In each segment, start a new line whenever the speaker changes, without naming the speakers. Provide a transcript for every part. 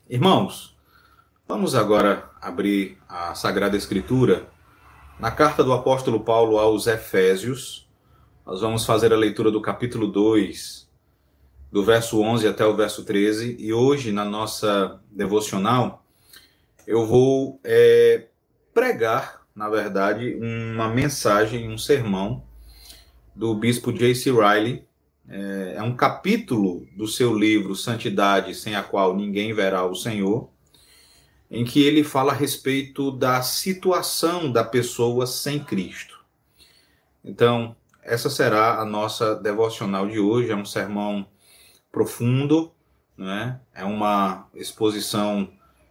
Irmãos, vamos agora abrir a Sagrada Escritura na carta do apóstolo Paulo aos Efésios. Nós vamos fazer a leitura do capítulo 2, do verso 11 até o verso 13. E hoje, na nossa devocional, eu vou pregar, na verdade, uma mensagem, um sermão do bispo J.C. Ryle. É um capítulo do seu livro Santidade, sem a qual ninguém verá o Senhor, em que ele fala a respeito da situação da pessoa sem Cristo. Então, essa será a nossa devocional de hoje. É um sermão profundo, né? É uma exposição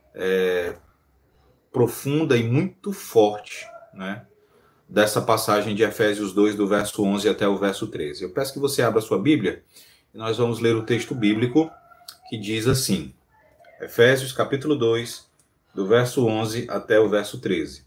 profunda e muito forte, né? Dessa passagem de Efésios 2, do verso 11 até o verso 13. Eu peço que você abra sua Bíblia e nós vamos ler o texto bíblico que diz assim, Efésios capítulo 2, do verso 11 até o verso 13.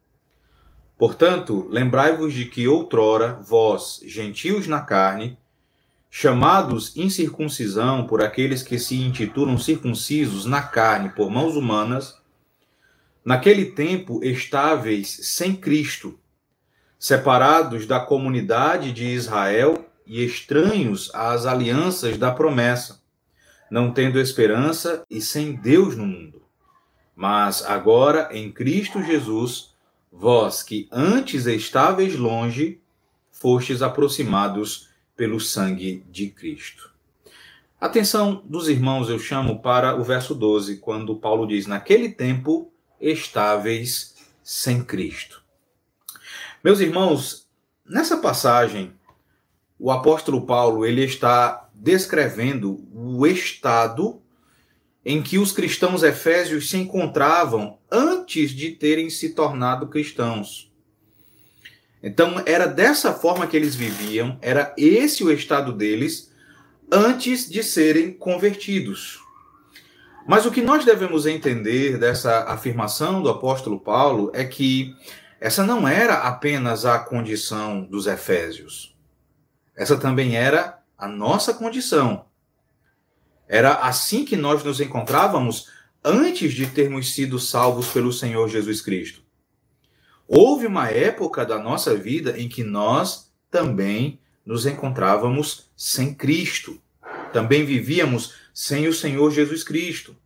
Portanto, lembrai-vos de que outrora vós, gentios na carne, chamados incircuncisão por aqueles que se intitulam circuncisos na carne por mãos humanas, naquele tempo estáveis sem Cristo, separados da comunidade de Israel e estranhos às alianças da promessa, não tendo esperança e sem Deus no mundo. Mas agora, em Cristo Jesus, vós que antes estáveis longe, fostes aproximados pelo sangue de Cristo. Atenção dos irmãos, eu chamo para o verso 12, quando Paulo diz, naquele tempo estáveis sem Cristo. Meus irmãos, nessa passagem, o apóstolo Paulo ele está descrevendo o estado em que os cristãos efésios se encontravam antes de terem se tornado cristãos. Então, era dessa forma que eles viviam, era esse o estado deles antes de serem convertidos. Mas o que nós devemos entender dessa afirmação do apóstolo Paulo é que essa não era apenas a condição dos efésios. Essa também era a nossa condição. Era assim que nós nos encontrávamos antes de termos sido salvos pelo Senhor Jesus Cristo. Houve uma época da nossa vida em que nós também nos encontrávamos sem Cristo. Também vivíamos sem o Senhor Jesus Cristo.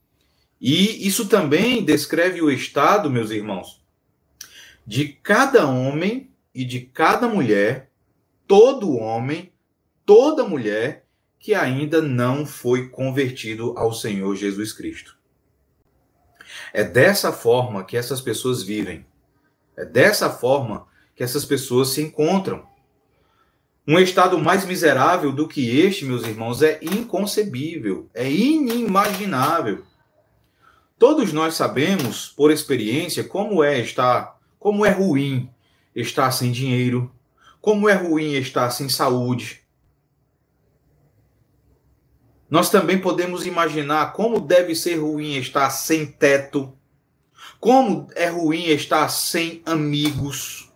E isso também descreve o estado, meus irmãos, de cada homem e de cada mulher, todo homem, toda mulher que ainda não foi convertido ao Senhor Jesus Cristo. É dessa forma que essas pessoas vivem. É dessa forma que essas pessoas se encontram. Um estado mais miserável do que este, meus irmãos, é inconcebível, é inimaginável. Todos nós sabemos, por experiência, como é ruim estar sem dinheiro, como é ruim estar sem saúde. Nós também podemos imaginar como deve ser ruim estar sem teto, como é ruim estar sem amigos.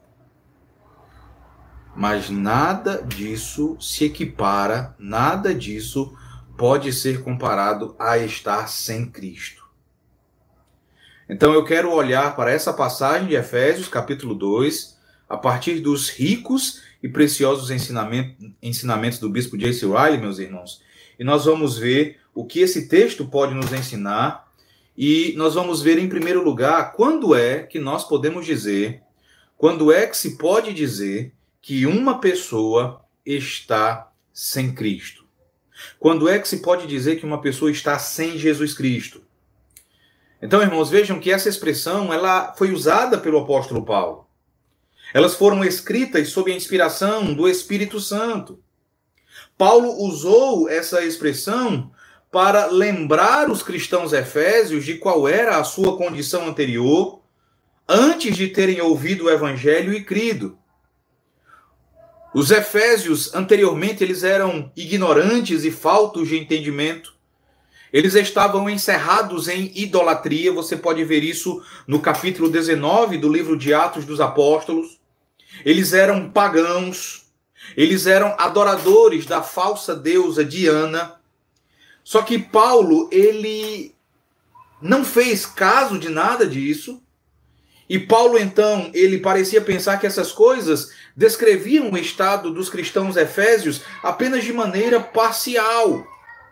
Mas nada disso se equipara, nada disso pode ser comparado a estar sem Cristo. Então eu quero olhar para essa passagem de Efésios, capítulo 2, a partir dos ricos e preciosos ensinamentos do bispo J.C. Ryle, meus irmãos. E nós vamos ver o que esse texto pode nos ensinar. E nós vamos ver, em primeiro lugar, quando é que nós podemos dizer, quando é que se pode dizer que uma pessoa está sem Cristo. Quando é que se pode dizer que uma pessoa está sem Jesus Cristo? Então, irmãos, vejam que essa expressão ela foi usada pelo apóstolo Paulo. Elas foram escritas sob a inspiração do Espírito Santo. Paulo usou essa expressão para lembrar os cristãos efésios de qual era a sua condição anterior, antes de terem ouvido o evangelho e crido. Os efésios, anteriormente, eles eram ignorantes e faltos de entendimento. Eles estavam encerrados em idolatria. Você pode ver isso no capítulo 19 do livro de Atos dos Apóstolos. Eles eram pagãos. Eles eram adoradores da falsa deusa Diana. Só que Paulo, ele não fez caso de nada disso. E Paulo, então, ele parecia pensar que essas coisas descreviam o estado dos cristãos efésios apenas de maneira parcial.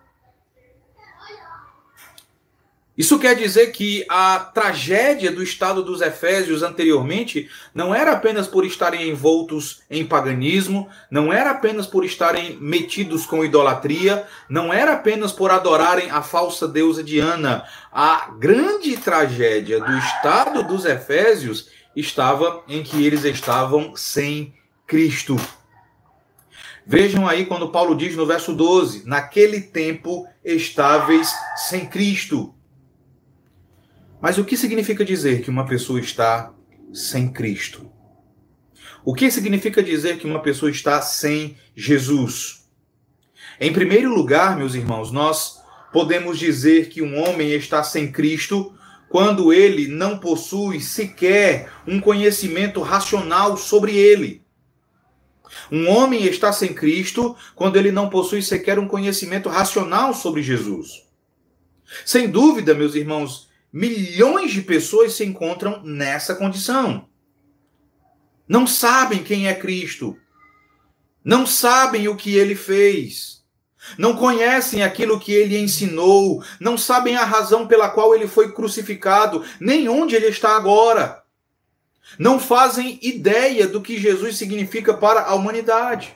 Isso quer dizer que a tragédia do estado dos efésios anteriormente não era apenas por estarem envoltos em paganismo, não era apenas por estarem metidos com idolatria, não era apenas por adorarem a falsa deusa Diana. A grande tragédia do estado dos efésios estava em que eles estavam sem Cristo. Vejam aí quando Paulo diz no verso 12, naquele tempo estáveis sem Cristo. Mas o que significa dizer que uma pessoa está sem Cristo? O que significa dizer que uma pessoa está sem Jesus? Em primeiro lugar, meus irmãos, nós podemos dizer que um homem está sem Cristo quando ele não possui sequer um conhecimento racional sobre ele. Um homem está sem Cristo quando ele não possui sequer um conhecimento racional sobre Jesus. Sem dúvida, meus irmãos, milhões de pessoas se encontram nessa condição. Não sabem quem é Cristo. Não sabem o que ele fez. Não conhecem aquilo que ele ensinou. Não sabem a razão pela qual ele foi crucificado, nem onde ele está agora. Não fazem ideia do que Jesus significa para a humanidade.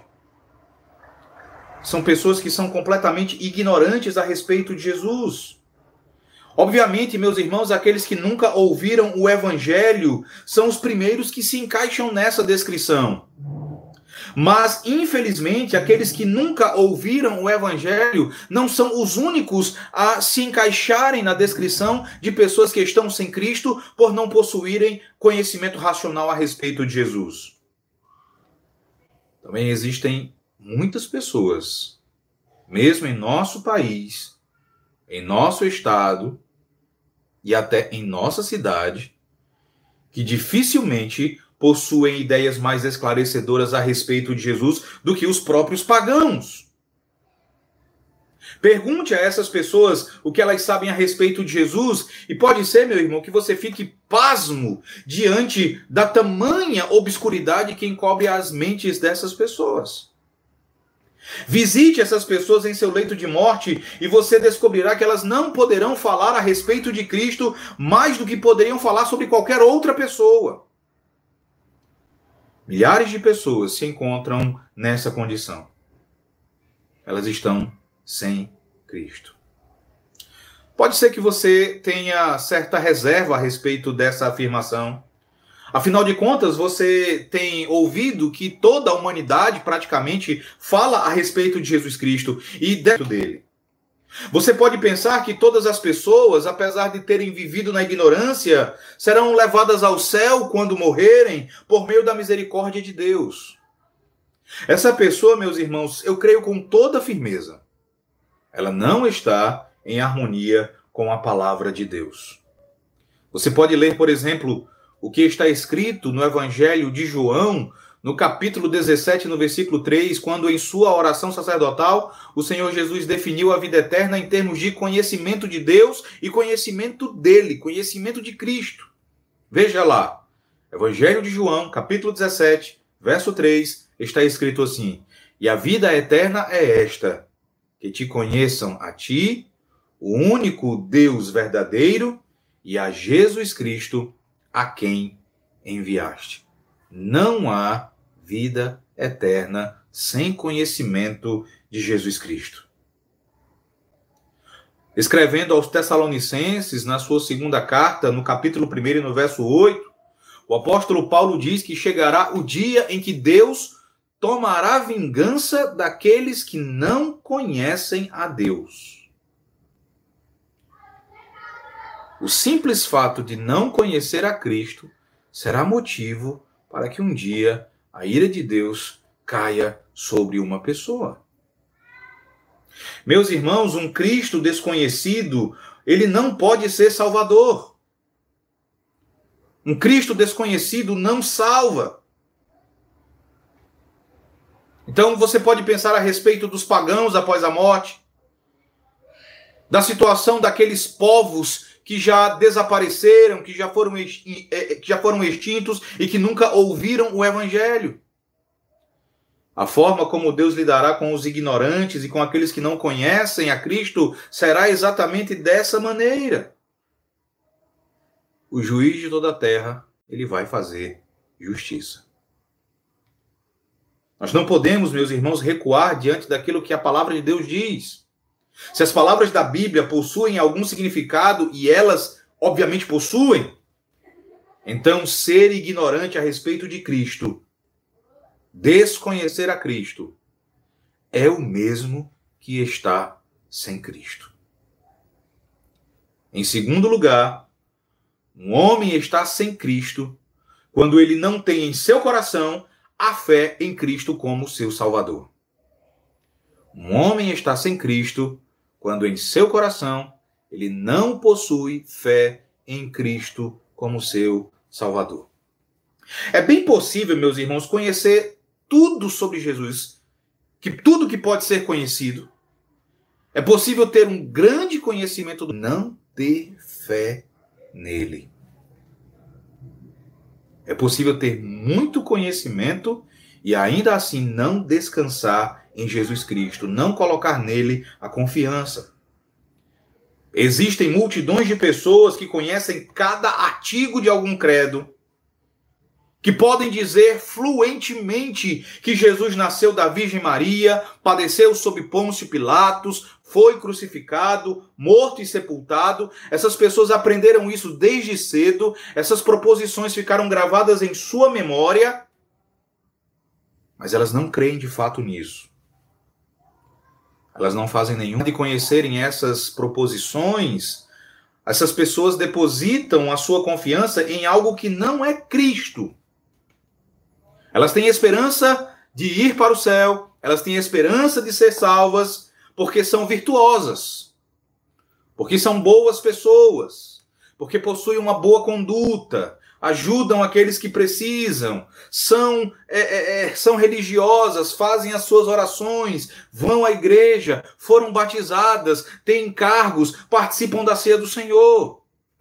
São pessoas que são completamente ignorantes a respeito de Jesus. Obviamente, meus irmãos, aqueles que nunca ouviram o Evangelho são os primeiros que se encaixam nessa descrição. Mas, infelizmente, aqueles que nunca ouviram o Evangelho não são os únicos a se encaixarem na descrição de pessoas que estão sem Cristo por não possuírem conhecimento racional a respeito de Jesus. Também existem muitas pessoas, mesmo em nosso país, em nosso estado e até em nossa cidade, que dificilmente possuem ideias mais esclarecedoras a respeito de Jesus do que os próprios pagãos. Pergunte a essas pessoas o que elas sabem a respeito de Jesus e pode ser, meu irmão, que você fique pasmo diante da tamanha obscuridade que encobre as mentes dessas pessoas. Visite essas pessoas em seu leito de morte e você descobrirá que elas não poderão falar a respeito de Cristo mais do que poderiam falar sobre qualquer outra pessoa. Milhares de pessoas se encontram nessa condição. Elas estão sem Cristo. Pode ser que você tenha certa reserva a respeito dessa afirmação. Afinal de contas, você tem ouvido que toda a humanidade praticamente fala a respeito de Jesus Cristo e dentro dele. Você pode pensar que todas as pessoas, apesar de terem vivido na ignorância, serão levadas ao céu quando morrerem por meio da misericórdia de Deus. Essa pessoa, meus irmãos, eu creio com toda firmeza, ela não está em harmonia com a palavra de Deus. Você pode ler, por exemplo, o que está escrito no Evangelho de João, no capítulo 17, no versículo 3, quando em sua oração sacerdotal, o Senhor Jesus definiu a vida eterna em termos de conhecimento de Deus e conhecimento dele, conhecimento de Cristo. Veja lá, Evangelho de João, capítulo 17, verso 3, está escrito assim: e a vida eterna é esta, que te conheçam a ti, o único Deus verdadeiro, e a Jesus Cristo, a quem enviaste. Não há vida eterna sem conhecimento de Jesus Cristo. Escrevendo aos Tessalonicenses, na sua segunda carta, no capítulo 1, no verso 8, o apóstolo Paulo diz que chegará o dia em que Deus tomará vingança daqueles que não conhecem a Deus. O simples fato de não conhecer a Cristo será motivo para que um dia a ira de Deus caia sobre uma pessoa. Meus irmãos, um Cristo desconhecido, ele não pode ser salvador. Um Cristo desconhecido não salva. Então você pode pensar a respeito dos pagãos após a morte, da situação daqueles povos que já desapareceram, que já foram extintos e que nunca ouviram o Evangelho. A forma como Deus lidará com os ignorantes e com aqueles que não conhecem a Cristo será exatamente dessa maneira. O juiz de toda a terra, ele vai fazer justiça. Nós não podemos, meus irmãos, recuar diante daquilo que a palavra de Deus diz. Se as palavras da Bíblia possuem algum significado, e elas, obviamente, possuem, então ser ignorante a respeito de Cristo, desconhecer a Cristo, é o mesmo que estar sem Cristo. Em segundo lugar, um homem está sem Cristo quando ele não tem em seu coração a fé em Cristo como seu Salvador. Um homem está sem Cristo quando em seu coração ele não possui fé em Cristo como seu Salvador. É bem possível, meus irmãos, conhecer tudo sobre Jesus, tudo que pode ser conhecido. É possível ter um grande conhecimento, não ter fé nele. É possível ter muito conhecimento e ainda assim não descansar em Jesus Cristo, não colocar nele a confiança. Existem multidões de pessoas que conhecem cada artigo de algum credo, que podem dizer fluentemente que Jesus nasceu da Virgem Maria, padeceu sob Pôncio Pilatos, foi crucificado, morto e sepultado. Essas pessoas aprenderam isso desde cedo, essas proposições ficaram gravadas em sua memória, mas elas não creem de fato nisso. Elas não fazem nenhuma de conhecerem essas proposições. Essas pessoas depositam a sua confiança em algo que não é Cristo. Elas têm esperança de ir para o céu, elas têm esperança de ser salvas, porque são virtuosas, porque são boas pessoas, porque possuem uma boa conduta, ajudam aqueles que precisam, são religiosas, fazem as suas orações, vão à igreja, foram batizadas, têm cargos, participam da ceia do Senhor.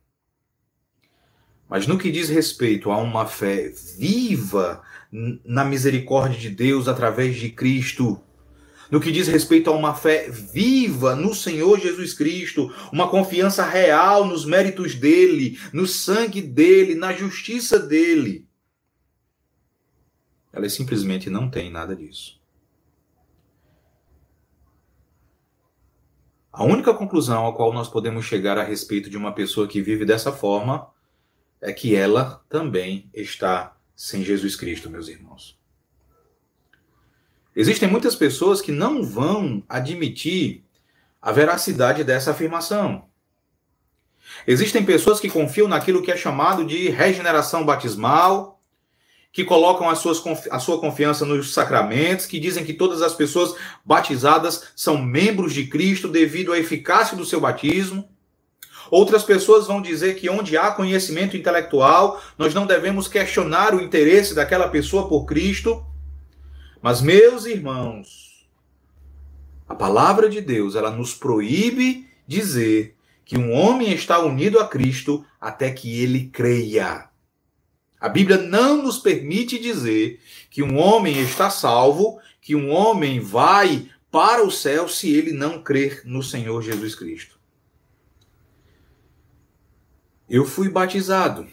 Mas no que diz respeito a uma fé viva na misericórdia de Deus através de Cristo, no que diz respeito a uma fé viva no Senhor Jesus Cristo, uma confiança real nos méritos dele, no sangue dele, na justiça dele, elas simplesmente não têm nada disso. A única conclusão a qual nós podemos chegar a respeito de uma pessoa que vive dessa forma é que ela também está sem Jesus Cristo, meus irmãos. Existem muitas pessoas que não vão admitir a veracidade dessa afirmação. Existem pessoas que confiam naquilo que é chamado de regeneração batismal, que colocam a sua confiança nos sacramentos, que dizem que todas as pessoas batizadas são membros de Cristo devido à eficácia do seu batismo. Outras pessoas vão dizer que onde há conhecimento intelectual, nós não devemos questionar o interesse daquela pessoa por Cristo. Mas, meus irmãos, a palavra de Deus, ela nos proíbe dizer que um homem está unido a Cristo até que ele creia. A Bíblia não nos permite dizer que um homem está salvo, que um homem vai para o céu se ele não crer no Senhor Jesus Cristo. Eu fui batizado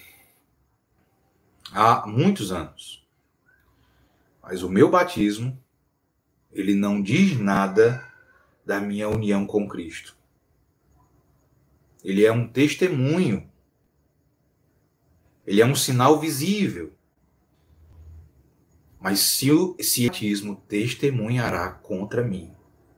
há muitos anos. Mas o meu batismo, ele não diz nada da minha união com Cristo. Ele é um testemunho. Ele é um sinal visível. Mas se o batismo testemunhará contra mim.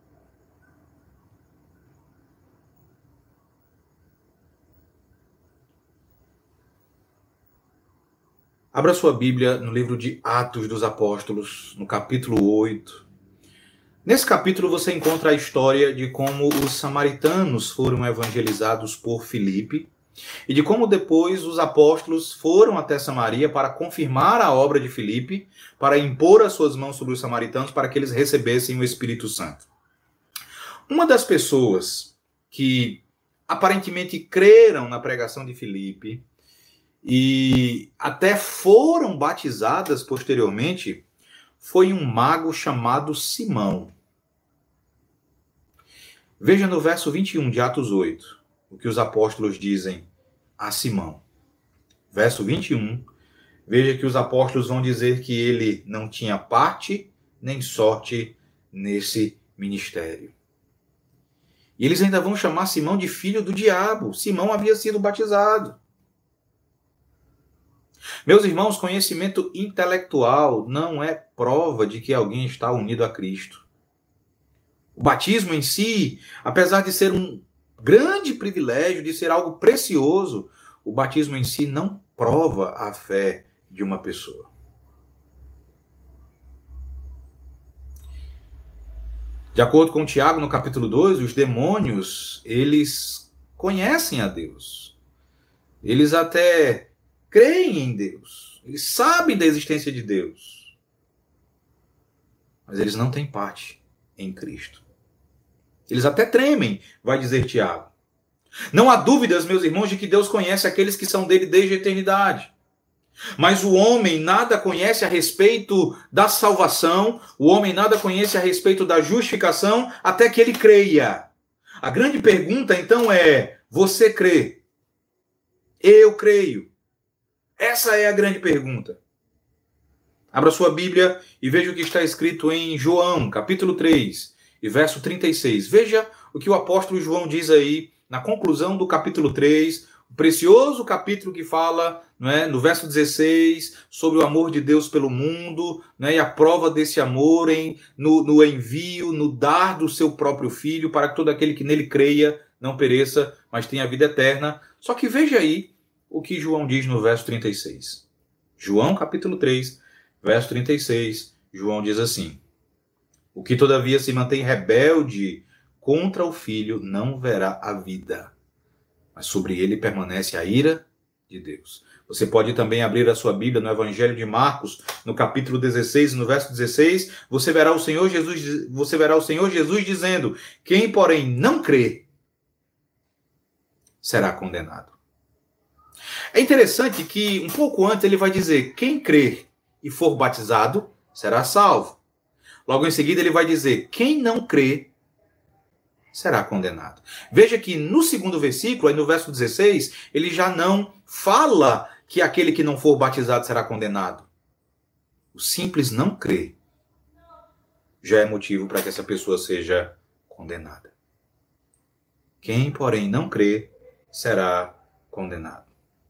Abra sua Bíblia no livro de Atos dos Apóstolos, no capítulo 8. Nesse capítulo você encontra a história de como os samaritanos foram evangelizados por Filipe e de como depois os apóstolos foram até Samaria para confirmar a obra de Filipe, para impor as suas mãos sobre os samaritanos para que eles recebessem o Espírito Santo. Uma das pessoas que aparentemente creram na pregação de Filipe e até foram batizadas posteriormente, foi um mago chamado Simão. Veja no verso 21 de Atos 8, o que os apóstolos dizem a Simão. Verso 21, veja que os apóstolos vão dizer que ele não tinha parte nem sorte nesse ministério. E eles ainda vão chamar Simão de filho do diabo. Simão havia sido batizado. Meus irmãos, conhecimento intelectual não é prova de que alguém está unido a Cristo. O batismo em si, apesar de ser um grande privilégio, de ser algo precioso, o batismo em si não prova a fé de uma pessoa. De acordo com Tiago, no capítulo 2, os demônios, eles conhecem a Deus. Eles até creem em Deus. Eles sabem da existência de Deus. Mas eles não têm parte em Cristo. Eles até tremem, vai dizer Tiago. Não há dúvidas, meus irmãos, de que Deus conhece aqueles que são dele desde a eternidade. Mas o homem nada conhece a respeito da salvação, o homem nada conhece a respeito da justificação, até que ele creia. A grande pergunta, então, é: você crê? Eu creio. Essa é a grande pergunta. Abra sua Bíblia e veja o que está escrito em João, capítulo 3, e verso 36. Veja o que o apóstolo João diz aí, na conclusão do capítulo 3, o precioso capítulo que fala, não é, no verso 16, sobre o amor de Deus pelo mundo, não é, e a prova desse amor no envio, no dar do seu próprio Filho, para que todo aquele que nele creia não pereça, mas tenha vida eterna. Só que veja aí o que João diz no verso 36. João, capítulo 3, verso 36, João diz assim: o que todavia se mantém rebelde contra o Filho não verá a vida, mas sobre ele permanece a ira de Deus. Você pode também abrir a sua Bíblia no Evangelho de Marcos, no capítulo 16, no verso 16, você verá o Senhor Jesus dizendo: quem, porém, não crê, será condenado. É interessante que, um pouco antes, ele vai dizer: quem crer e for batizado, será salvo. Logo em seguida, ele vai dizer: quem não crê, será condenado. Veja que no segundo versículo, aí no verso 16, ele já não fala que aquele que não for batizado será condenado. O simples não crer já é motivo para que essa pessoa seja condenada. Quem, porém, não crê, será condenado.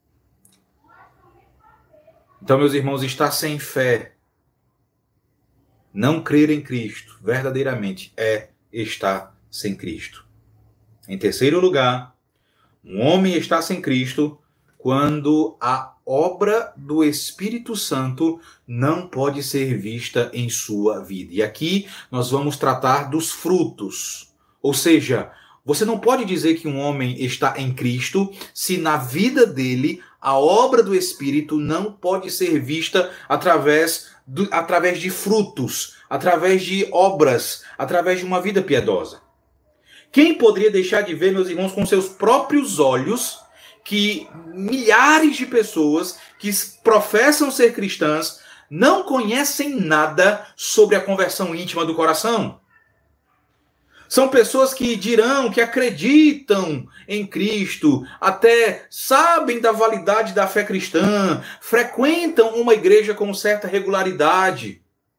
Então, meus irmãos, estar sem fé, não crer em Cristo, verdadeiramente, é estar sem Cristo. Em terceiro lugar, um homem está sem Cristo quando a obra do Espírito Santo não pode ser vista em sua vida. E aqui nós vamos tratar dos frutos. Ou seja, você não pode dizer que um homem está em Cristo se na vida dele a obra do Espírito não pode ser vista através de frutos, através de obras, através de uma vida piedosa. Quem poderia deixar de ver, meus irmãos, com seus próprios olhos, que milhares de pessoas que professam ser cristãs não conhecem nada sobre a conversão íntima do coração? São pessoas que dirão que acreditam em Cristo, até sabem da validade da fé cristã, frequentam uma igreja com certa regularidade,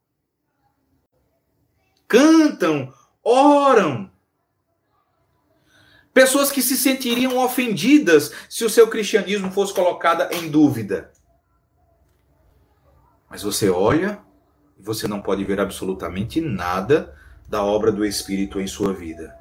cantam, oram. Pessoas que se sentiriam ofendidas se o seu cristianismo fosse colocado em dúvida. Mas você olha e você não pode ver absolutamente nada da obra do Espírito em sua vida.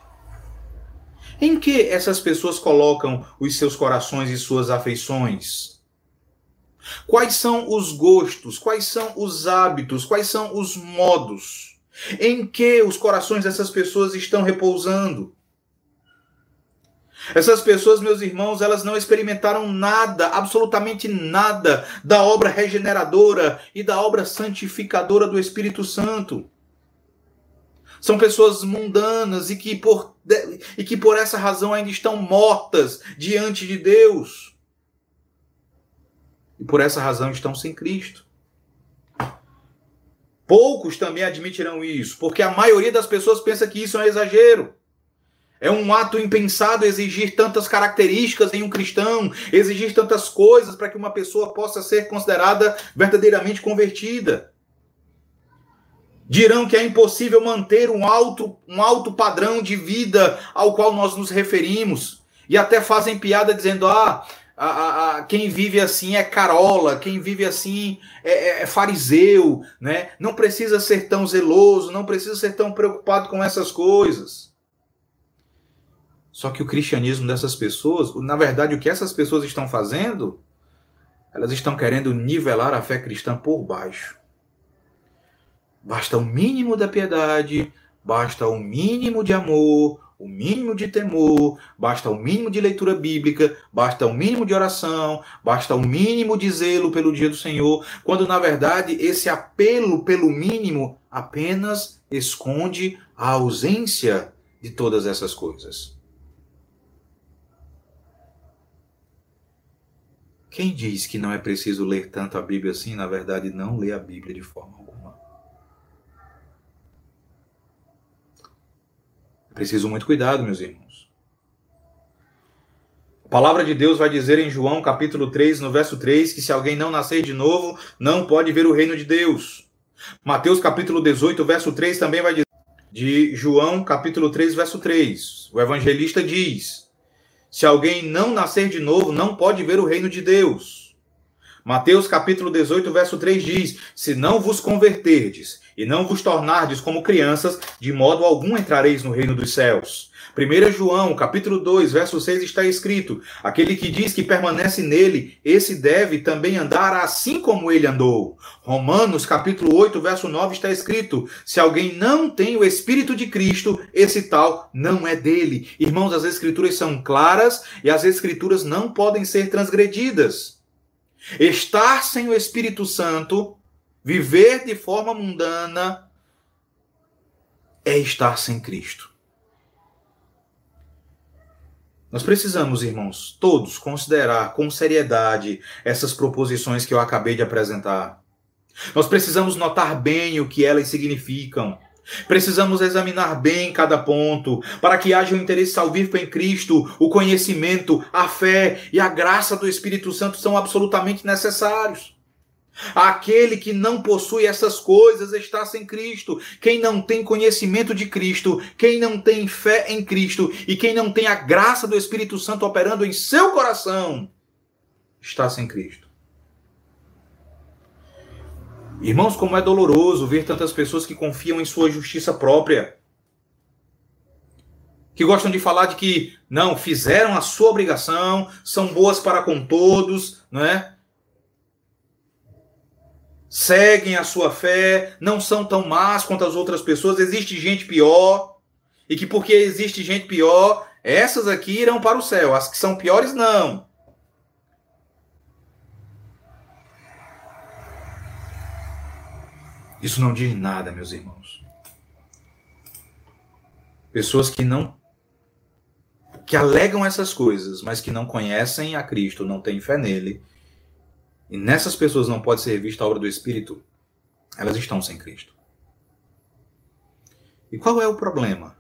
Em que essas pessoas colocam os seus corações e suas afeições? Quais são os gostos? Quais são os hábitos? Quais são os modos? Em que os corações dessas pessoas estão repousando? Essas pessoas, meus irmãos, elas não experimentaram nada, absolutamente nada, da obra regeneradora e da obra santificadora do Espírito Santo. São pessoas mundanas e que, por e que por essa razão ainda estão mortas diante de Deus. E por essa razão estão sem Cristo. Poucos também admitirão isso, porque a maioria das pessoas pensa que isso é um exagero. É um ato impensado exigir tantas características em um cristão, exigir tantas coisas para que uma pessoa possa ser considerada verdadeiramente convertida. Dirão que é impossível manter um alto padrão de vida ao qual nós nos referimos. E até fazem piada dizendo, quem vive assim é carola, quem vive assim é fariseu, né? Não precisa ser tão zeloso, não precisa ser tão preocupado com essas coisas. Só que o cristianismo dessas pessoas, na verdade, o que essas pessoas estão fazendo, elas estão querendo nivelar a fé cristã por baixo. Basta o mínimo da piedade, basta o mínimo de amor, o mínimo de temor, basta o mínimo de leitura bíblica, basta o mínimo de oração, basta o mínimo de zelo pelo dia do Senhor, quando na verdade esse apelo pelo mínimo apenas esconde a ausência de todas essas coisas. Quem diz que não é preciso ler tanto a Bíblia assim, na verdade não lê a Bíblia de forma alguma. É preciso muito cuidado, meus irmãos. A palavra de Deus vai dizer em João capítulo 3, no verso 3, que se alguém não nascer de novo, não pode ver o reino de Deus. Mateus capítulo 18, verso 3 também vai dizer, de João capítulo 3, verso 3. O evangelista diz, se alguém não nascer de novo, não pode ver o reino de Deus. Mateus capítulo 18, verso 3 diz, se não vos converterdes e não vos tornardes como crianças, de modo algum entrareis no reino dos céus. 1 João, capítulo 2, verso 6 está escrito, aquele que diz que permanece nele, esse deve também andar assim como ele andou. Romanos, capítulo 8, verso 9 está escrito, se alguém não tem o Espírito de Cristo, esse tal não é dele. Irmãos, as Escrituras são claras e as Escrituras não podem ser transgredidas. Estar sem o Espírito Santo, viver de forma mundana, é estar sem Cristo. Nós precisamos, irmãos, todos considerar com seriedade essas proposições que eu acabei de apresentar. Nós precisamos notar bem o que elas significam. Precisamos examinar bem cada ponto, para que haja um interesse salvífico em Cristo, o conhecimento, a fé e a graça do Espírito Santo são absolutamente necessários. Aquele que não possui essas coisas está sem Cristo. Quem não tem conhecimento de Cristo, quem não tem fé em Cristo e quem não tem a graça do Espírito Santo operando em seu coração, está sem Cristo. Irmãos, como é doloroso ver tantas pessoas que confiam em sua justiça própria, que gostam de falar de que não, fizeram a sua obrigação, são boas para com todos, não é? Seguem a sua fé, não são tão más quanto as outras pessoas, existe gente pior, e que porque existe gente pior, essas aqui irão para o céu, as que são piores não. Isso não diz nada, meus irmãos. Pessoas que alegam essas coisas, mas que não conhecem a Cristo, não têm fé nele, e nessas pessoas não pode ser vista a obra do Espírito, elas estão sem Cristo. E qual é o problema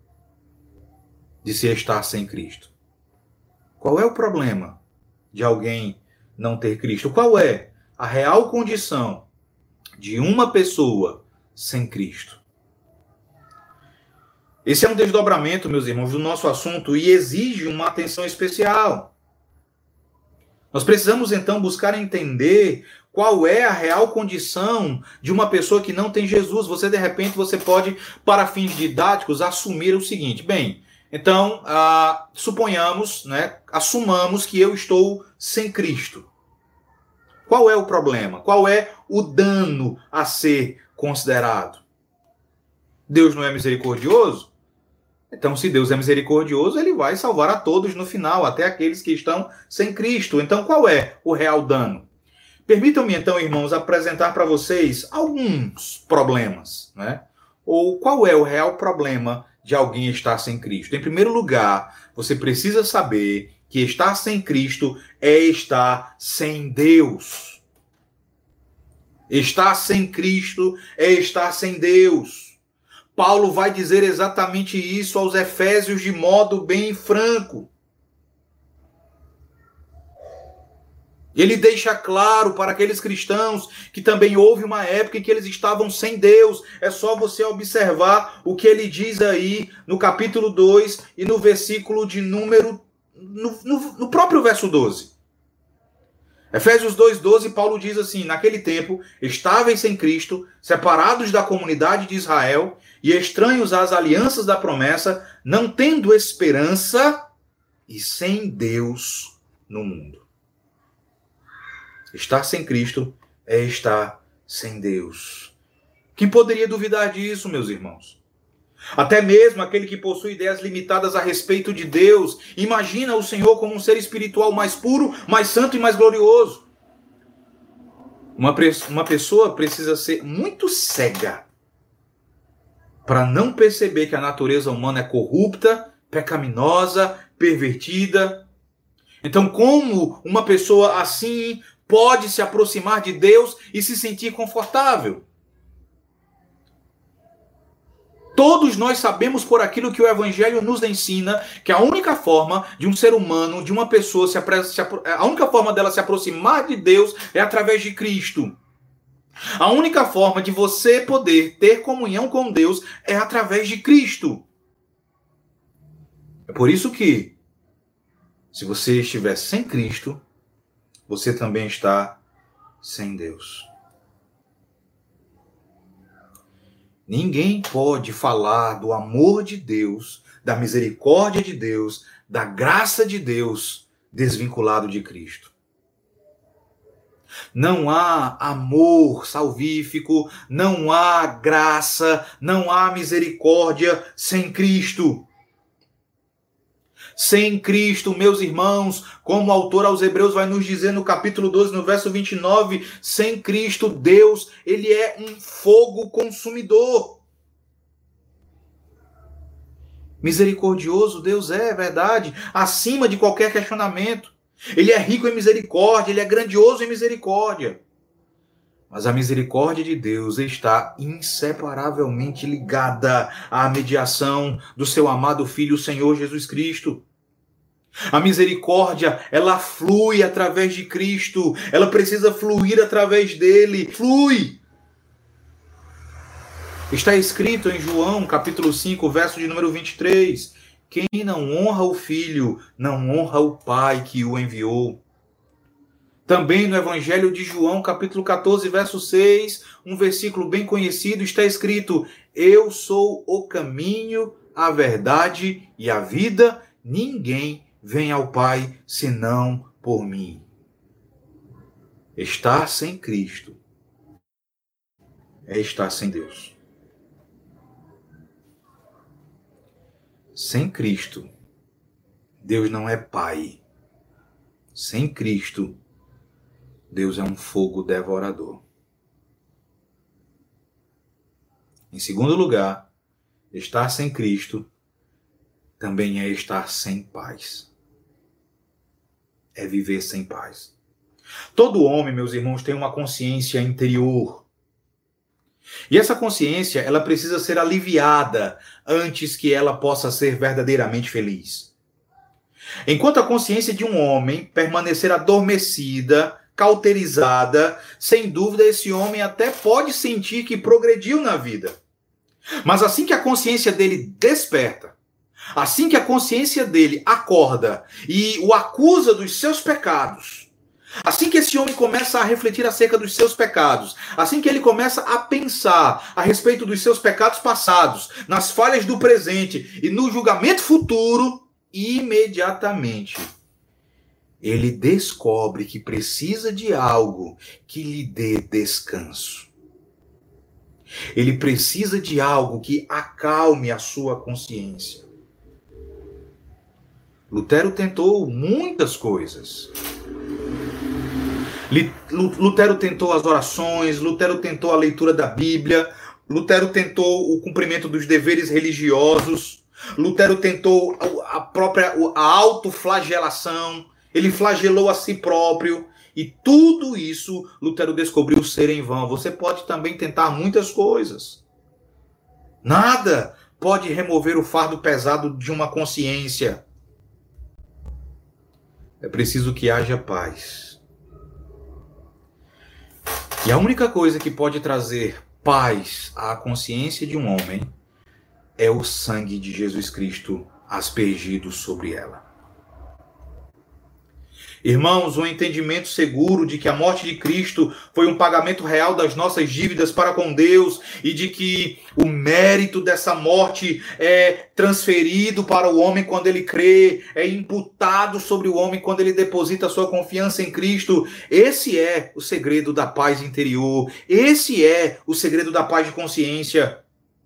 de se estar sem Cristo? Qual é o problema de alguém não ter Cristo? Qual é a real condição de uma pessoa sem Cristo? Esse é um desdobramento, meus irmãos, do nosso assunto e exige uma atenção especial. Nós precisamos, então, buscar entender qual é a real condição de uma pessoa que não tem Jesus. De repente, você pode, para fins didáticos, assumir o seguinte. Bem, então, suponhamos, assumamos que eu estou sem Cristo. Qual é o problema? Qual é o dano a ser considerado? Deus não é misericordioso? Então, se Deus é misericordioso, ele vai salvar a todos no final, até aqueles que estão sem Cristo. Então, qual é o real dano? Permitam-me, então, irmãos, apresentar para vocês alguns problemas, né? Ou qual é o real problema de alguém estar sem Cristo? Em primeiro lugar, você precisa saber que estar sem Cristo é estar sem Deus. Estar sem Cristo é estar sem Deus. Paulo vai dizer exatamente isso aos Efésios de modo bem franco. Ele deixa claro para aqueles cristãos que também houve uma época em que eles estavam sem Deus. É só você observar o que ele diz aí no capítulo 2 e no versículo de número... No próprio verso 12. Efésios 2:12, Paulo diz assim: naquele tempo, estáveis sem Cristo, separados da comunidade de Israel e estranhos às alianças da promessa, não tendo esperança e sem Deus no mundo. Estar sem Cristo é estar sem Deus. Quem poderia duvidar disso, meus irmãos? Até mesmo aquele que possui ideias limitadas a respeito de Deus, imagina o Senhor como um ser espiritual mais puro, mais santo e mais glorioso. Uma pessoa precisa ser muito cega para não perceber que a natureza humana é corrupta, pecaminosa, pervertida. Então, como uma pessoa assim pode se aproximar de Deus e se sentir confortável? Todos nós sabemos por aquilo que o Evangelho nos ensina, que a única forma de um ser humano, de uma pessoa, a única forma dela se aproximar de Deus é através de Cristo. A única forma de você poder ter comunhão com Deus é através de Cristo. É por isso que, se você estiver sem Cristo, você também está sem Deus. Ninguém pode falar do amor de Deus, da misericórdia de Deus, da graça de Deus, desvinculado de Cristo. Não há amor salvífico, não há graça, não há misericórdia sem Cristo. Sem Cristo, meus irmãos, como o autor aos Hebreus vai nos dizer no capítulo 12, no verso 29, sem Cristo, Deus, ele é um fogo consumidor. Misericordioso Deus é verdade, acima de qualquer questionamento. Ele é rico em misericórdia, ele é grandioso em misericórdia. Mas a misericórdia de Deus está inseparavelmente ligada à mediação do seu amado Filho, o Senhor Jesus Cristo. A misericórdia, ela flui através de Cristo. Ela precisa fluir através dele. Flui! Está escrito em João, capítulo 5, verso de número 23. Quem não honra o Filho, não honra o Pai que o enviou. Também no Evangelho de João, capítulo 14, verso 6, um versículo bem conhecido, está escrito: eu sou o caminho, a verdade e a vida. Ninguém vem ao Pai senão por mim. Estar sem Cristo é estar sem Deus. Sem Cristo, Deus não é Pai. Sem Cristo, Deus é um fogo devorador. Em segundo lugar, estar sem Cristo também é estar sem paz. É viver sem paz. Todo homem, meus irmãos, tem uma consciência interior. E essa consciência, ela precisa ser aliviada antes que ela possa ser verdadeiramente feliz. Enquanto a consciência de um homem permanecer adormecida, cauterizada, sem dúvida esse homem até pode sentir que progrediu na vida. Mas assim que a consciência dele desperta, assim que a consciência dele acorda e o acusa dos seus pecados, assim que esse homem começa a refletir acerca dos seus pecados, assim que ele começa a pensar a respeito dos seus pecados passados, nas falhas do presente e no julgamento futuro, imediatamente ele descobre que precisa de algo que lhe dê descanso. Ele precisa de algo que acalme a sua consciência. Lutero tentou muitas coisas. Lutero tentou as orações, Lutero tentou a leitura da Bíblia, Lutero tentou o cumprimento dos deveres religiosos. Lutero tentou a autoflagelação. Ele flagelou a si próprio. E tudo isso Lutero descobriu ser em vão. Você pode também tentar muitas coisas. Nada pode remover o fardo pesado de uma consciência. É preciso que haja paz. E a única coisa que pode trazer paz à consciência de um homem é o sangue de Jesus Cristo aspergido sobre ela. Irmãos, um entendimento seguro de que a morte de Cristo foi um pagamento real das nossas dívidas para com Deus e de que o mérito dessa morte é transferido para o homem quando ele crê, é imputado sobre o homem quando ele deposita a sua confiança em Cristo. Esse é o segredo da paz interior. Esse é o segredo da paz de consciência.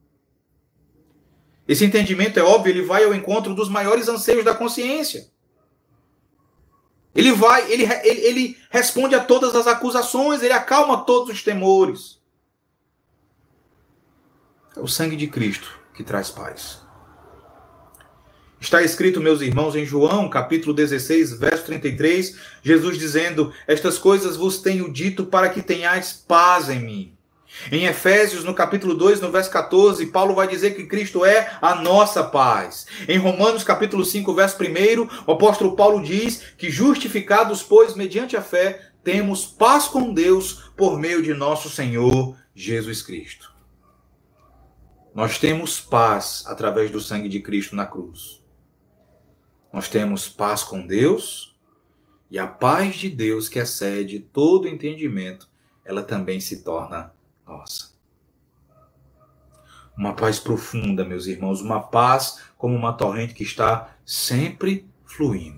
Esse entendimento, é óbvio, ele vai ao encontro dos maiores anseios da consciência. Ele responde a todas as acusações, ele acalma todos os temores. É o sangue de Cristo que traz paz. Está escrito, meus irmãos, em João, capítulo 16, verso 33, Jesus dizendo: estas coisas vos tenho dito para que tenhais paz em mim. Em Efésios, no capítulo 2, no verso 14, Paulo vai dizer que Cristo é a nossa paz. Em Romanos, capítulo 5, verso 1, o apóstolo Paulo diz que justificados, pois, mediante a fé, temos paz com Deus por meio de nosso Senhor Jesus Cristo. Nós temos paz através do sangue de Cristo na cruz. Nós temos paz com Deus e a paz de Deus que excede todo entendimento, ela também se torna nossa. Uma paz profunda, meus irmãos, uma paz como uma torrente que está sempre fluindo.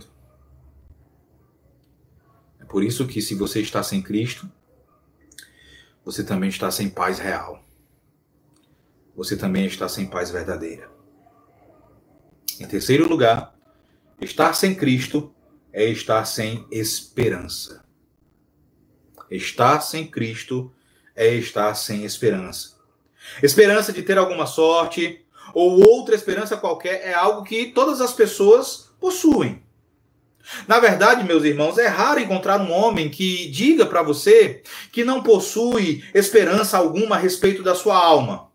É por isso que, se você está sem Cristo, você também está sem paz real. Você também está sem paz verdadeira. Em terceiro lugar, estar sem Cristo é estar sem esperança. Estar sem Cristo é estar sem esperança. Esperança de ter alguma sorte ou outra esperança qualquer é algo que todas as pessoas possuem. Na verdade, meus irmãos, é raro encontrar um homem que diga para você que não possui esperança alguma a respeito da sua alma.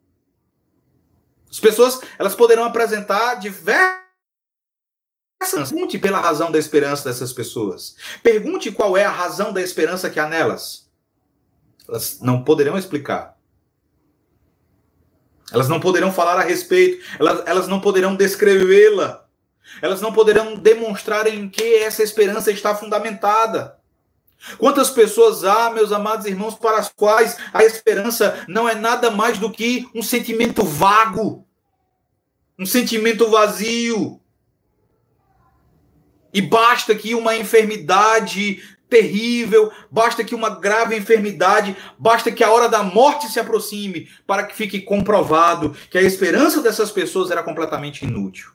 As pessoas, elas poderão apresentar diversas. Pergunte pela razão da esperança dessas pessoas. Pergunte qual é a razão da esperança que há nelas. Elas não poderão explicar. Elas não poderão falar a respeito. Elas não poderão descrevê-la. Elas não poderão demonstrar em que essa esperança está fundamentada. Quantas pessoas há, meus amados irmãos, para as quais a esperança não é nada mais do que um sentimento vago, um sentimento vazio. E basta que uma enfermidade terrível, basta que uma grave enfermidade, basta que a hora da morte se aproxime para que fique comprovado que a esperança dessas pessoas era completamente inútil.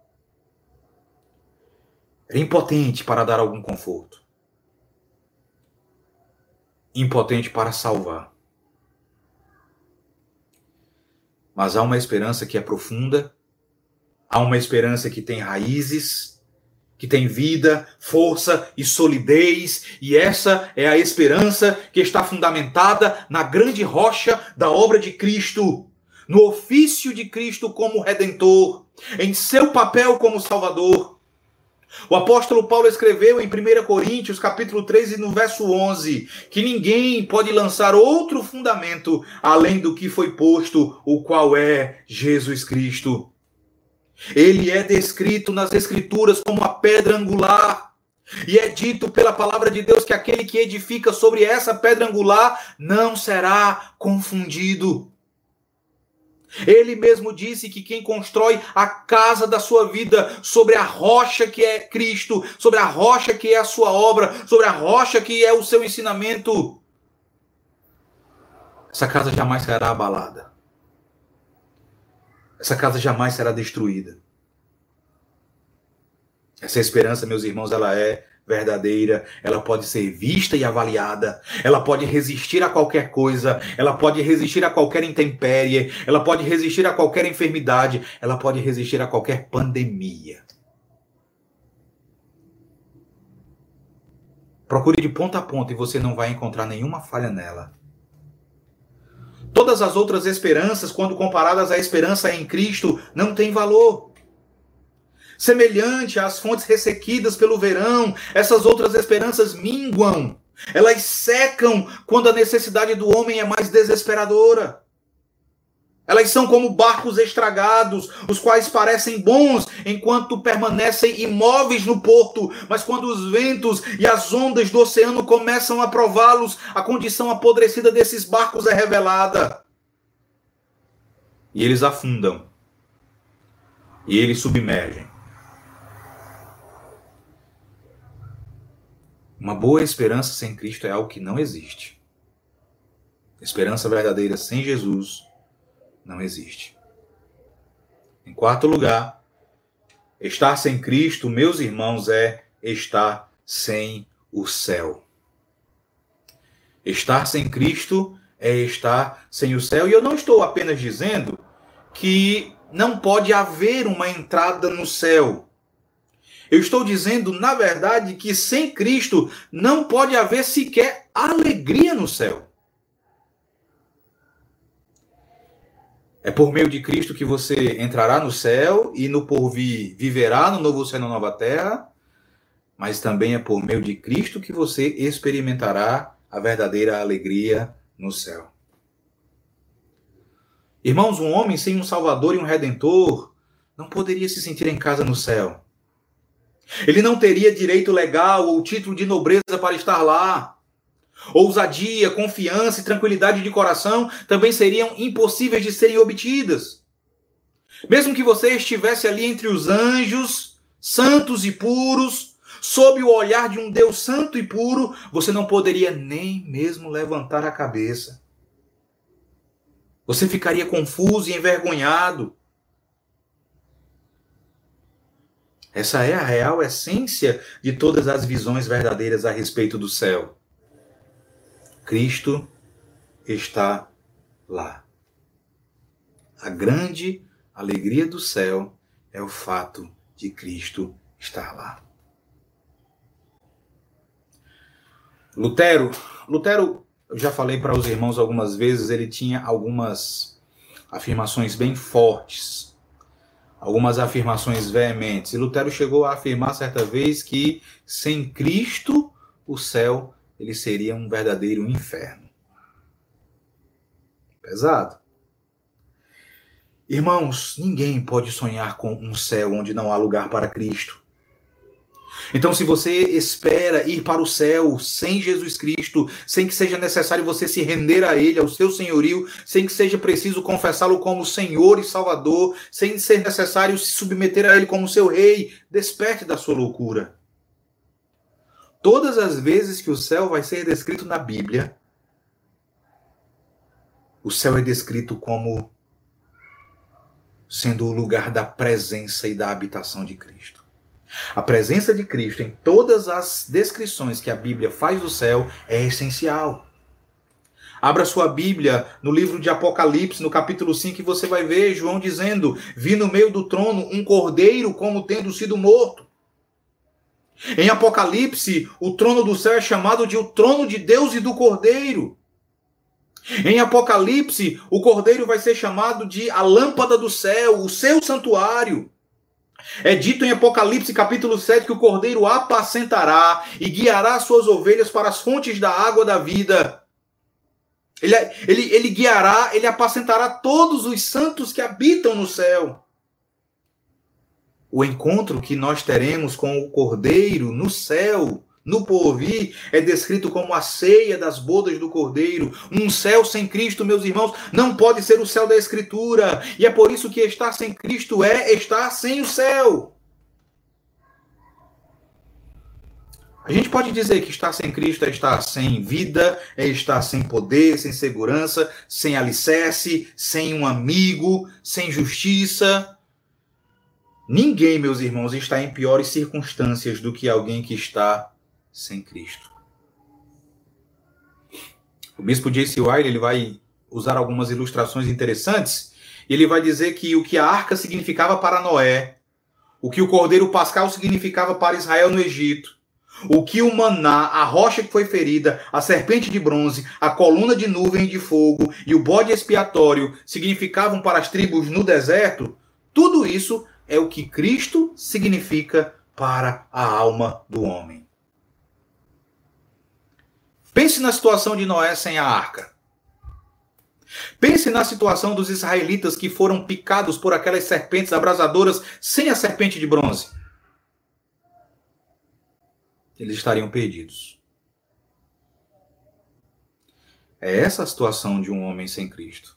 Era impotente para dar algum conforto. Impotente para salvar. Mas há uma esperança que é profunda, há uma esperança que tem raízes, que tem vida, força e solidez, e essa é a esperança que está fundamentada na grande rocha da obra de Cristo, no ofício de Cristo como Redentor, em seu papel como Salvador. O apóstolo Paulo escreveu em 1 Coríntios, capítulo 3, no verso 11, que ninguém pode lançar outro fundamento além do que foi posto, o qual é Jesus Cristo. Ele é descrito nas Escrituras como a pedra angular. E é dito pela palavra de Deus que aquele que edifica sobre essa pedra angular não será confundido. Ele mesmo disse que quem constrói a casa da sua vida sobre a rocha que é Cristo, sobre a rocha que é a sua obra, sobre a rocha que é o seu ensinamento, essa casa jamais será abalada. Essa casa jamais será destruída. Essa esperança, meus irmãos, ela é verdadeira, ela pode ser vista e avaliada, ela pode resistir a qualquer coisa, ela pode resistir a qualquer intempérie, ela pode resistir a qualquer enfermidade, ela pode resistir a qualquer pandemia. Procure de ponta a ponta e você não vai encontrar nenhuma falha nela. Todas as outras esperanças, quando comparadas à esperança em Cristo, não têm valor. Semelhante às fontes ressequidas pelo verão, essas outras esperanças minguam. Elas secam quando a necessidade do homem é mais desesperadora. Elas são como barcos estragados, os quais parecem bons enquanto permanecem imóveis no porto, mas quando os ventos e as ondas do oceano começam a prová-los, a condição apodrecida desses barcos é revelada. E eles afundam. E eles submergem. Uma boa esperança sem Cristo é algo que não existe. Esperança verdadeira sem Jesus não existe. Em quarto lugar, estar sem Cristo, meus irmãos, é estar sem o céu. Estar sem Cristo é estar sem o céu. E eu não estou apenas dizendo que não pode haver uma entrada no céu. Eu estou dizendo, na verdade, que sem Cristo não pode haver sequer alegria no céu. É por meio de Cristo que você entrará no céu e no porvir viverá no novo céu e na nova terra, mas também é por meio de Cristo que você experimentará a verdadeira alegria no céu. Irmãos, um homem sem um Salvador e um Redentor não poderia se sentir em casa no céu. Ele não teria direito legal ou título de nobreza para estar lá. Ousadia, confiança e tranquilidade de coração também seriam impossíveis de serem obtidas. Mesmo que você estivesse ali entre os anjos, santos e puros, sob o olhar de um Deus santo e puro, você não poderia nem mesmo levantar a cabeça. Você ficaria confuso e envergonhado. Essa é a real essência de todas as visões verdadeiras a respeito do céu. Cristo está lá. A grande alegria do céu é o fato de Cristo estar lá. Lutero, eu já falei para os irmãos algumas vezes, ele tinha algumas afirmações bem fortes, algumas afirmações veementes. E Lutero chegou a afirmar certa vez que sem Cristo o céu ele seria um verdadeiro inferno. Pesado. Irmãos, ninguém pode sonhar com um céu onde não há lugar para Cristo. Então, se você espera ir para o céu sem Jesus Cristo, sem que seja necessário você se render a Ele, ao seu senhorio, sem que seja preciso confessá-lo como Senhor e Salvador, sem ser necessário se submeter a Ele como seu Rei, desperte da sua loucura. Todas as vezes que o céu vai ser descrito na Bíblia, o céu é descrito como sendo o lugar da presença e da habitação de Cristo. A presença de Cristo em todas as descrições que a Bíblia faz do céu é essencial. Abra sua Bíblia no livro de Apocalipse, no capítulo 5, e você vai ver João dizendo: vi no meio do trono um cordeiro como tendo sido morto. Em Apocalipse, o trono do céu é chamado de o trono de Deus e do Cordeiro. Em Apocalipse, o Cordeiro vai ser chamado de a lâmpada do céu, o seu santuário. É dito em Apocalipse capítulo 7 que o Cordeiro apacentará e guiará suas ovelhas para as fontes da água da vida. Ele guiará, ele apacentará todos os santos que habitam no céu. O encontro que nós teremos com o Cordeiro no céu, no porvir, é descrito como a ceia das bodas do Cordeiro. Um céu sem Cristo, meus irmãos, não pode ser o céu da Escritura. E é por isso que estar sem Cristo é estar sem o céu. A gente pode dizer que estar sem Cristo é estar sem vida, é estar sem poder, sem segurança, sem alicerce, sem um amigo, sem justiça. Ninguém, meus irmãos, está em piores circunstâncias do que alguém que está sem Cristo. O bispo J.C. Ryle, ele vai usar algumas ilustrações interessantes. Ele vai dizer que o que a arca significava para Noé, o que o cordeiro pascal significava para Israel no Egito, o que o maná, a rocha que foi ferida, a serpente de bronze, a coluna de nuvem e de fogo e o bode expiatório significavam para as tribos no deserto, tudo isso é o que Cristo significa para a alma do homem. Pense na situação de Noé sem a arca. Pense na situação dos israelitas que foram picados por aquelas serpentes abrasadoras sem a serpente de bronze. Eles estariam perdidos. É essa a situação de um homem sem Cristo.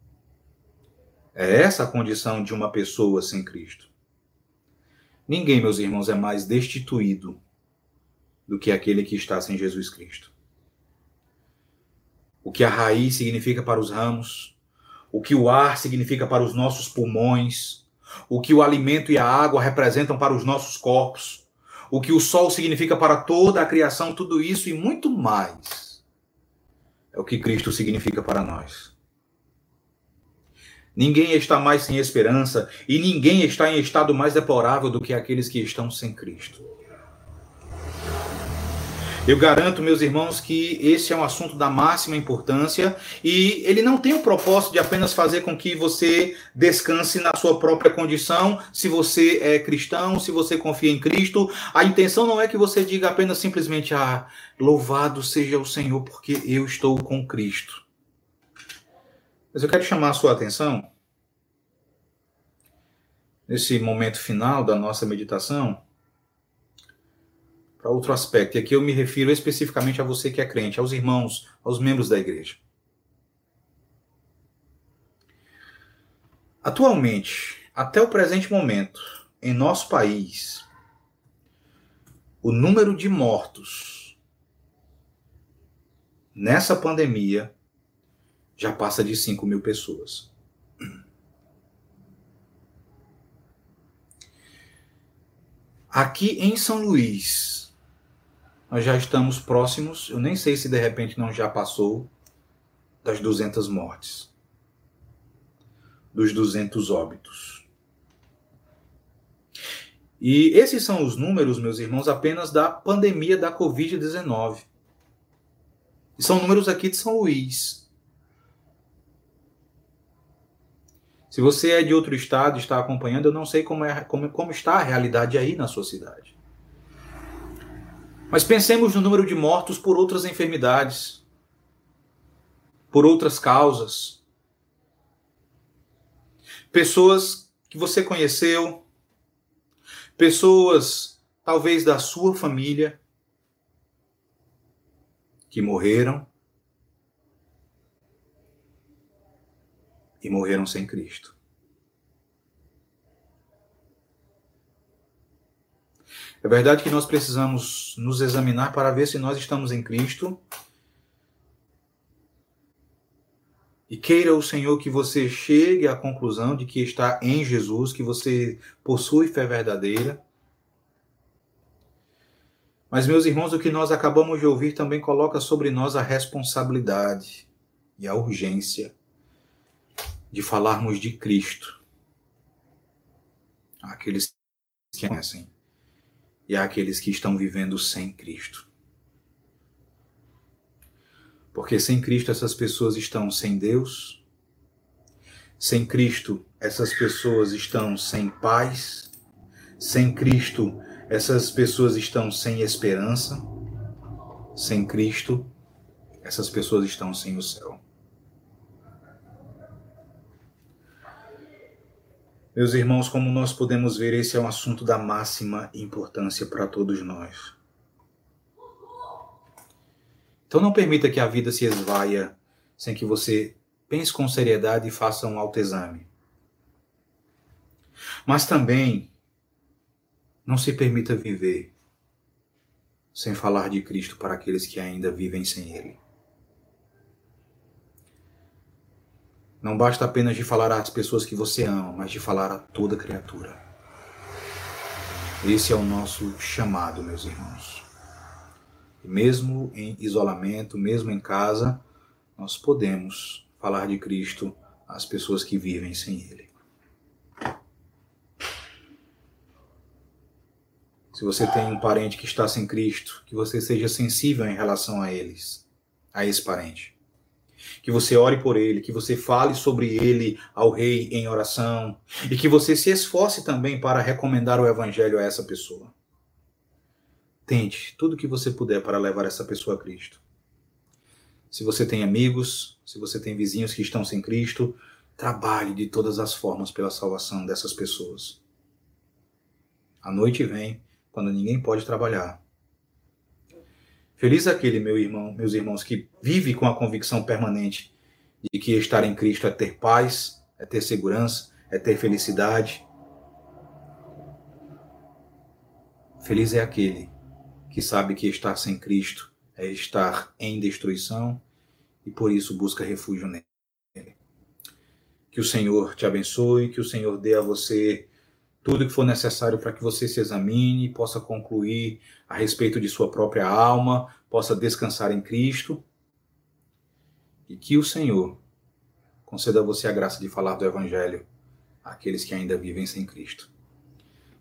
É essa a condição de uma pessoa sem Cristo. Ninguém, meus irmãos, é mais destituído do que aquele que está sem Jesus Cristo. O que a raiz significa para os ramos, o que o ar significa para os nossos pulmões, o que o alimento e a água representam para os nossos corpos, o que o sol significa para toda a criação, tudo isso e muito mais é o que Cristo significa para nós. Ninguém está mais sem esperança e ninguém está em estado mais deplorável do que aqueles que estão sem Cristo. Eu garanto, meus irmãos, que esse é um assunto da máxima importância e ele não tem o propósito de apenas fazer com que você descanse na sua própria condição, se você é cristão, se você confia em Cristo. A intenção não é que você diga apenas simplesmente, louvado seja o Senhor porque eu estou com Cristo. Mas eu quero chamar a sua atenção, nesse momento final da nossa meditação, para outro aspecto. E aqui eu me refiro especificamente a você que é crente, aos irmãos, aos membros da igreja. Atualmente, até o presente momento, em nosso país, o número de mortos nessa pandemia já passa de 5.000 pessoas. Aqui em São Luís, nós já estamos próximos, eu nem sei se de repente não já passou, das 200 mortes. Dos 200 óbitos. E esses são os números, meus irmãos, apenas da pandemia da Covid-19. E são números aqui de São Luís. Se você é de outro estado e está acompanhando, eu não sei como está a realidade aí na sua cidade. Mas pensemos no número de mortos por outras enfermidades, por outras causas. Pessoas que você conheceu, pessoas talvez da sua família, que morreram e morreram sem Cristo. É verdade que nós precisamos nos examinar para ver se nós estamos em Cristo. E queira o Senhor que você chegue à conclusão de que está em Jesus, que você possui fé verdadeira. Mas, meus irmãos, o que nós acabamos de ouvir também coloca sobre nós a responsabilidade e a urgência de falarmos de Cristo àqueles que conhecem e àqueles que estão vivendo sem Cristo. Porque sem Cristo essas pessoas estão sem Deus, sem Cristo essas pessoas estão sem paz, sem Cristo essas pessoas estão sem esperança, sem Cristo essas pessoas estão sem o céu. Meus irmãos, como nós podemos ver, esse é um assunto da máxima importância para todos nós. Então não permita que a vida se esvaia sem que você pense com seriedade e faça um autoexame. Mas também não se permita viver sem falar de Cristo para aqueles que ainda vivem sem Ele. Não basta apenas de falar às pessoas que você ama, mas de falar a toda criatura. Esse é o nosso chamado, meus irmãos. Mesmo em isolamento, mesmo em casa, nós podemos falar de Cristo às pessoas que vivem sem Ele. Se você tem um parente que está sem Cristo, que você seja sensível em relação a eles, a esse parente. Que você ore por ele, que você fale sobre ele ao rei em oração e que você se esforce também para recomendar o evangelho a essa pessoa. Tente tudo o que você puder para levar essa pessoa a Cristo. Se você tem amigos, se você tem vizinhos que estão sem Cristo, trabalhe de todas as formas pela salvação dessas pessoas. A noite vem quando ninguém pode trabalhar. Feliz aquele meus irmãos, que vive com a convicção permanente de que estar em Cristo é ter paz, é ter segurança, é ter felicidade. Feliz é aquele que sabe que estar sem Cristo é estar em destruição e por isso busca refúgio nele. Que o Senhor te abençoe, que o Senhor dê a você tudo que for necessário para que você se examine, possa concluir a respeito de sua própria alma, possa descansar em Cristo. E que o Senhor conceda a você a graça de falar do Evangelho àqueles que ainda vivem sem Cristo.